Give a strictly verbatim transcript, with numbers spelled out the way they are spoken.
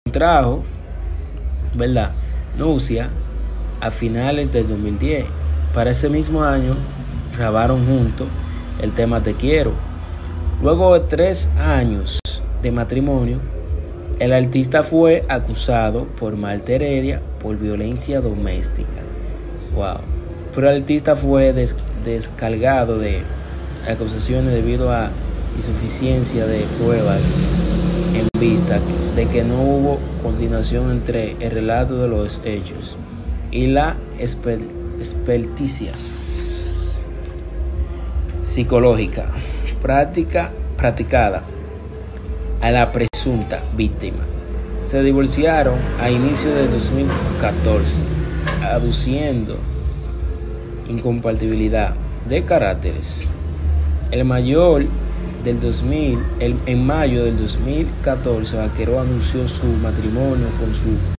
contrajo, ¿verdad?, nupcia a finales del dos mil diez. Para ese mismo año grabaron juntos el tema Te Quiero. Luego de tres años de matrimonio, el artista fue acusado por Marta Heredia por violencia doméstica. Wow. Pero el artista fue des- descargado de acusaciones debido a insuficiencia de pruebas en vista de que no hubo continuación entre el relato de los hechos y la esper- experticias psicológica práctica, practicada a la presunta víctima. Se divorciaron a inicio de dos mil catorce, aduciendo incompatibilidad de caracteres. El mayor del dos mil, el, en mayo del dos mil catorce, Vaqueró anunció su matrimonio con su